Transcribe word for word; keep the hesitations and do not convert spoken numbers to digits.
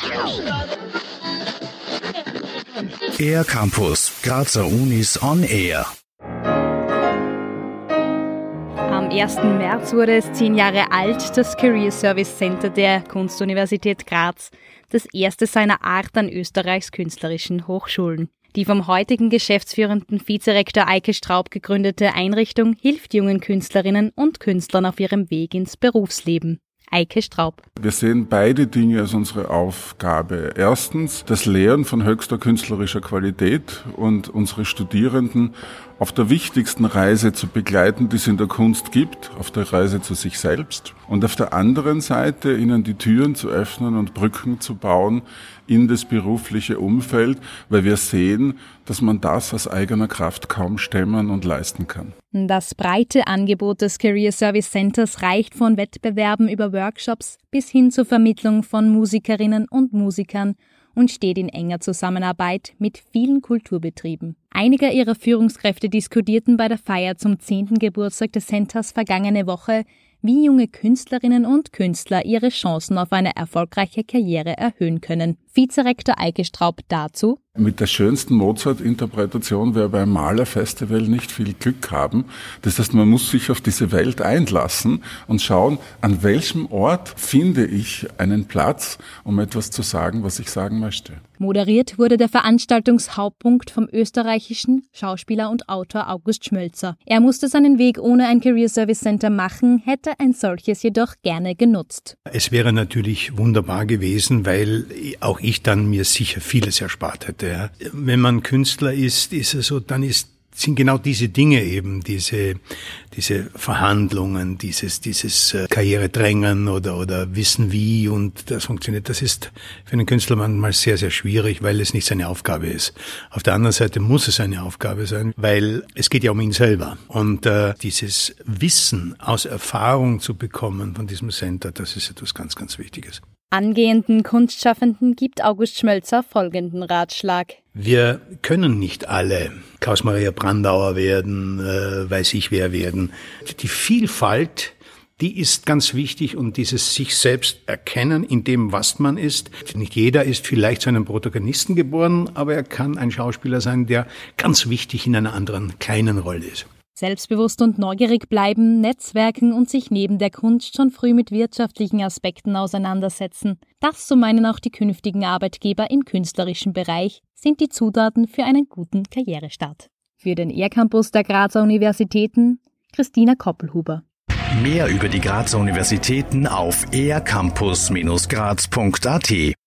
Air Campus, Grazer Unis on Air. Am ersten März wurde es zehn Jahre alt, das Career Service Center der Kunstuniversität Graz, das erste seiner Art an Österreichs künstlerischen Hochschulen. Die vom heutigen geschäftsführenden Vizerektor Eike Straub gegründete Einrichtung hilft jungen Künstlerinnen und Künstlern auf ihrem Weg ins Berufsleben. Eike Straub. Wir sehen beide Dinge als unsere Aufgabe. Erstens das Lehren von höchster künstlerischer Qualität und unsere Studierenden auf der wichtigsten Reise zu begleiten, die es in der Kunst gibt, auf der Reise zu sich selbst. Und auf der anderen Seite ihnen die Türen zu öffnen und Brücken zu bauen in das berufliche Umfeld, weil wir sehen, dass man das aus eigener Kraft kaum stemmen und leisten kann. Das breite Angebot des Career Service Centers reicht von Wettbewerben über Workshops bis hin zur Vermittlung von Musikerinnen und Musikern und steht in enger Zusammenarbeit mit vielen Kulturbetrieben. Einige ihrer Führungskräfte diskutierten bei der Feier zum zehnten Geburtstag des Centers vergangene Woche, wie junge Künstlerinnen und Künstler ihre Chancen auf eine erfolgreiche Karriere erhöhen können. Vizerektor Eike Straub dazu: Mit der schönsten Mozart-Interpretation wäre beim Malerfestival nicht viel Glück haben. Das heißt, man muss sich auf diese Welt einlassen und schauen, an welchem Ort finde ich einen Platz, um etwas zu sagen, was ich sagen möchte. Moderiert wurde der Veranstaltungshauptpunkt vom österreichischen Schauspieler und Autor August Schmölzer. Er musste seinen Weg ohne ein Career Service Center machen, hätte ein solches jedoch gerne genutzt. Es wäre natürlich wunderbar gewesen, weil auch ich dann mir sicher vieles erspart hätte. Ja. Wenn man Künstler ist, ist es so, dann ist sind genau diese Dinge eben, diese diese Verhandlungen, dieses dieses Karrieredrängen oder oder Wissen wie und das funktioniert. Das ist für einen Künstler manchmal sehr, sehr schwierig, weil es nicht seine Aufgabe ist. Auf der anderen Seite muss es eine Aufgabe sein, weil es geht ja um ihn selber. Und äh, dieses Wissen aus Erfahrung zu bekommen von diesem Center, das ist etwas ganz, ganz Wichtiges. Angehenden Kunstschaffenden gibt August Schmölzer folgenden Ratschlag. Wir können nicht alle Klaus-Maria Brandauer werden, äh, weiß ich wer werden. Die Vielfalt, die ist ganz wichtig und dieses sich selbst erkennen in dem, was man ist. Nicht jeder ist vielleicht zu einem Protagonisten geboren, aber er kann ein Schauspieler sein, der ganz wichtig in einer anderen kleinen Rolle ist. Selbstbewusst und neugierig bleiben, netzwerken und sich neben der Kunst schon früh mit wirtschaftlichen Aspekten auseinandersetzen. Das, so meinen auch die künftigen Arbeitgeber im künstlerischen Bereich, sind die Zutaten für einen guten Karrierestart. Für den Air Campus der Grazer Universitäten, Christina Koppelhuber. Mehr über die Grazer Universitäten auf air campus Bindestrich graz Punkt a t.